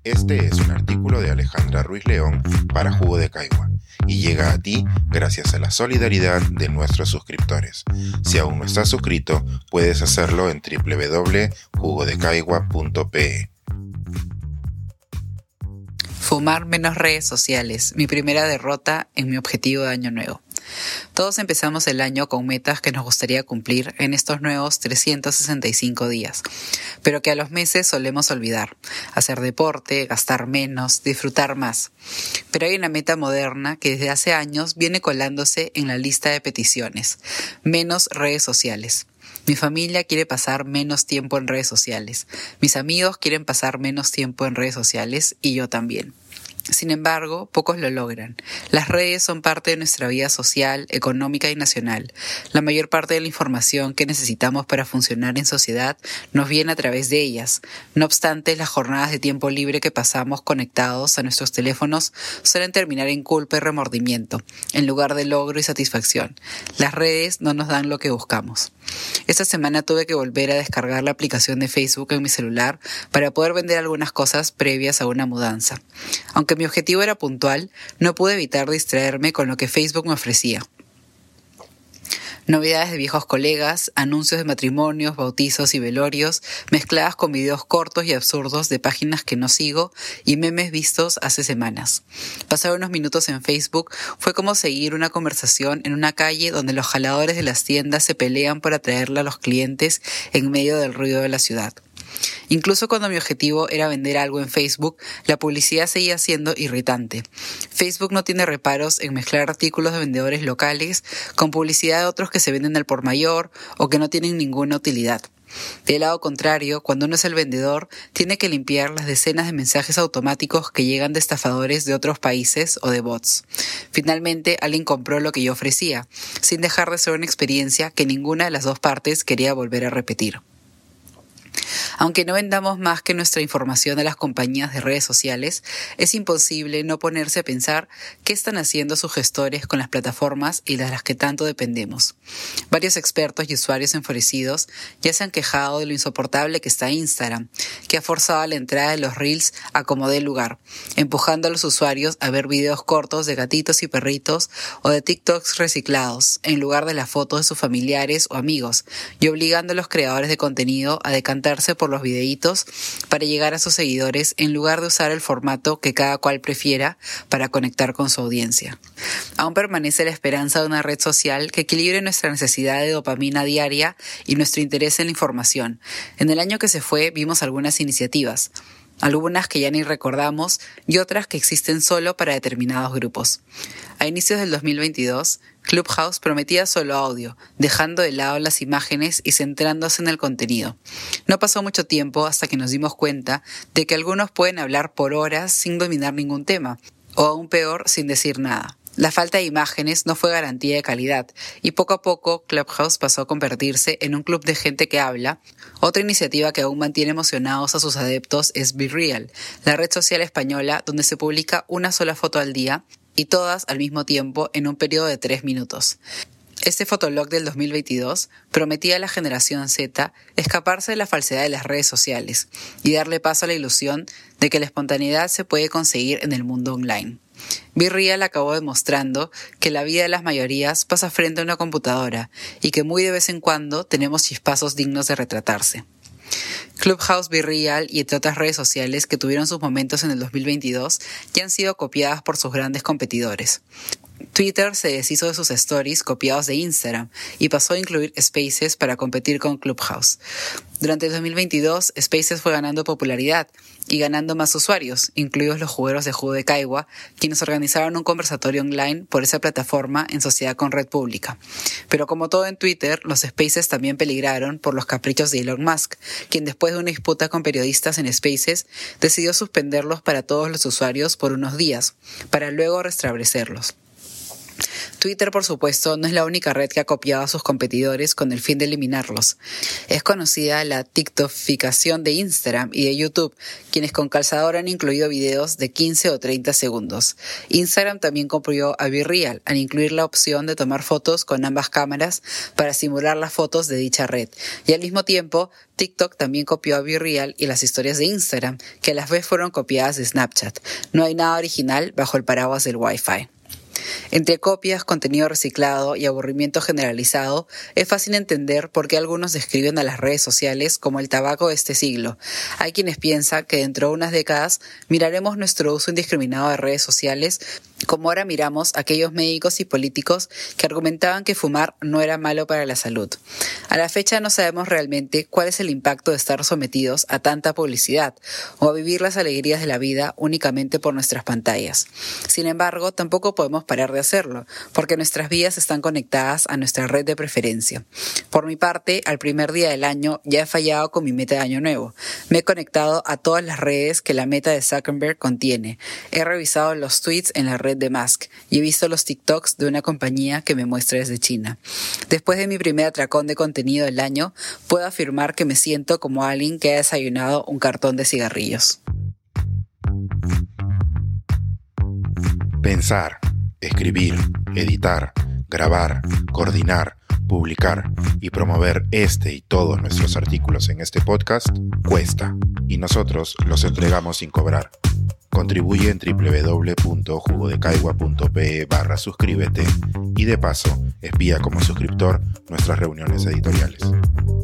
Este es un artículo de Alejandra Ruiz León para Jugo de Caigua y llega a ti gracias a la solidaridad de nuestros suscriptores. Si aún no estás suscrito, puedes hacerlo en www.jugodecaigua.pe. Fumar menos redes sociales, mi primera derrota en mi objetivo de año nuevo. Todos empezamos el año con metas que nos gustaría cumplir en estos nuevos 365 días, pero que a los meses solemos olvidar. Hacer deporte, gastar menos, disfrutar más. Pero hay una meta moderna que desde hace años viene colándose en la lista de peticiones: menos redes sociales. Mi familia quiere pasar menos tiempo en redes sociales. Mis amigos quieren pasar menos tiempo en redes sociales y yo también. Sin embargo, pocos lo logran. Las redes son parte de nuestra vida social, económica y nacional. La mayor parte de la información que necesitamos para funcionar en sociedad nos viene a través de ellas. No obstante, las jornadas de tiempo libre que pasamos conectados a nuestros teléfonos suelen terminar en culpa y remordimiento, en lugar de logro y satisfacción. Las redes no nos dan lo que buscamos. Esta semana tuve que volver a descargar la aplicación de Facebook en mi celular para poder vender algunas cosas previas a una mudanza. Aunque mi objetivo era puntual, no pude evitar distraerme con lo que Facebook me ofrecía. Novedades de viejos colegas, anuncios de matrimonios, bautizos y velorios, mezcladas con videos cortos y absurdos de páginas que no sigo y memes vistos hace semanas. Pasar unos minutos en Facebook fue como seguir una conversación en una calle donde los jaladores de las tiendas se pelean por atraerle a los clientes en medio del ruido de la ciudad. Incluso cuando mi objetivo era vender algo en Facebook, la publicidad seguía siendo irritante. Facebook no tiene reparos en mezclar artículos de vendedores locales con publicidad de otros que se venden al por mayor o que no tienen ninguna utilidad. Del lado contrario, cuando uno es el vendedor, tiene que limpiar las decenas de mensajes automáticos que llegan de estafadores de otros países o de bots. Finalmente, alguien compró lo que yo ofrecía, sin dejar de ser una experiencia que ninguna de las dos partes quería volver a repetir. Aunque no vendamos más que nuestra información a las compañías de redes sociales, es imposible no ponerse a pensar qué están haciendo sus gestores con las plataformas y de las que tanto dependemos. Varios expertos y usuarios enfurecidos ya se han quejado de lo insoportable que está Instagram, que ha forzado la entrada de los Reels a como dé lugar, empujando a los usuarios a ver videos cortos de gatitos y perritos o de TikToks reciclados, en lugar de las fotos de sus familiares o amigos, y obligando a los creadores de contenido a decantarse por los videitos para llegar a sus seguidores en lugar de usar el formato que cada cual prefiera para conectar con su audiencia. Aún permanece la esperanza de una red social que equilibre nuestra necesidad de dopamina diaria y nuestro interés en la información. En el año que se fue vimos algunas iniciativas, algunas que ya ni recordamos y otras que existen solo para determinados grupos. A inicios del 2022, Clubhouse prometía solo audio, dejando de lado las imágenes y centrándose en el contenido. No pasó mucho tiempo hasta que nos dimos cuenta de que algunos pueden hablar por horas sin dominar ningún tema, o aún peor, sin decir nada. La falta de imágenes no fue garantía de calidad y poco a poco Clubhouse pasó a convertirse en un club de gente que habla. Otra iniciativa que aún mantiene emocionados a sus adeptos es BeReal, la red social española donde se publica una sola foto al día y todas al mismo tiempo en un periodo de 3 minutos. Este fotolog del 2022 prometía a la generación Z escaparse de la falsedad de las redes sociales y darle paso a la ilusión de que la espontaneidad se puede conseguir en el mundo online. BeReal acabó demostrando que la vida de las mayorías pasa frente a una computadora y que muy de vez en cuando tenemos chispazos dignos de retratarse. Clubhouse, BeReal y entre otras redes sociales que tuvieron sus momentos en el 2022 ya han sido copiadas por sus grandes competidores. Twitter se deshizo de sus stories copiados de Instagram y pasó a incluir Spaces para competir con Clubhouse. Durante el 2022, Spaces fue ganando popularidad y ganando más usuarios, incluidos los jugueros de Jugo de Caigua, quienes organizaron un conversatorio online por esa plataforma en sociedad con red pública. Pero como todo en Twitter, los Spaces también peligraron por los caprichos de Elon Musk, quien después de una disputa con periodistas en Spaces, decidió suspenderlos para todos los usuarios por unos días, para luego restablecerlos. Twitter, por supuesto, no es la única red que ha copiado a sus competidores con el fin de eliminarlos. Es conocida la TikTokificación de Instagram y de YouTube, quienes con calzador han incluido videos de 15 o 30 segundos. Instagram también copió a BeReal al incluir la opción de tomar fotos con ambas cámaras para simular las fotos de dicha red. Y al mismo tiempo, TikTok también copió a BeReal y las historias de Instagram, que a la vez fueron copiadas de Snapchat. No hay nada original bajo el paraguas del Wi-Fi. Entre copias, contenido reciclado y aburrimiento generalizado, es fácil entender por qué algunos describen a las redes sociales como el tabaco de este siglo. Hay quienes piensan que dentro de unas décadas miraremos nuestro uso indiscriminado de redes sociales como ahora miramos a aquellos médicos y políticos que argumentaban que fumar no era malo para la salud. A la fecha no sabemos realmente cuál es el impacto de estar sometidos a tanta publicidad o a vivir las alegrías de la vida únicamente por nuestras pantallas. Sin embargo, tampoco podemos parar de hacerlo, porque nuestras vidas están conectadas a nuestra red de preferencia. Por mi parte, al primer día del año ya he fallado con mi meta de año nuevo. Me he conectado a todas las redes que la meta de Zuckerberg contiene. He revisado los tweets en la red de Musk y he visto los TikToks de una compañía que me muestra desde China. Después de mi primer atracón de contenido del año, puedo afirmar que me siento como alguien que ha desayunado un cartón de cigarrillos. Pensar, escribir, editar, grabar, coordinar, publicar y promover este y todos nuestros artículos en este podcast cuesta, y nosotros los entregamos sin cobrar. Contribuye en www.jugodecaigua.pe/suscríbete y de paso espía como suscriptor nuestras reuniones editoriales.